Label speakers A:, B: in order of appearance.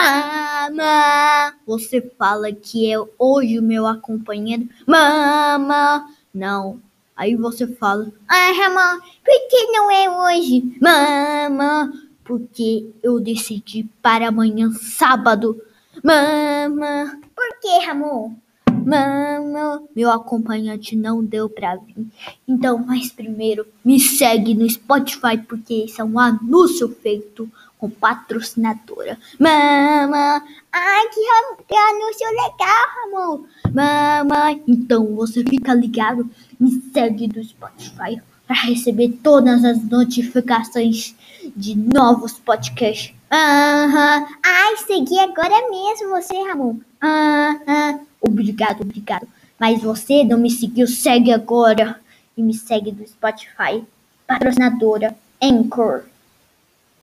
A: Mama, você fala que é hoje o meu acompanhante. Mama, não. Aí você fala, Ramon, por que não é hoje? Mama, porque eu decidi para amanhã sábado. Mama, por que, Ramon? Mama, meu acompanhante não deu pra vir. Então, mas primeiro, me segue no Spotify, porque esse é um anúncio feito com patrocinadora. Mama, ai, que anúncio legal, Ramon. Mama, então você fica ligado, me segue no Spotify para receber todas as notificações de novos podcasts. Ai, segui agora mesmo você, Ramon. Obrigado. Mas você não me seguiu, segue agora. E me segue no Spotify. Patrocinadora Anchor.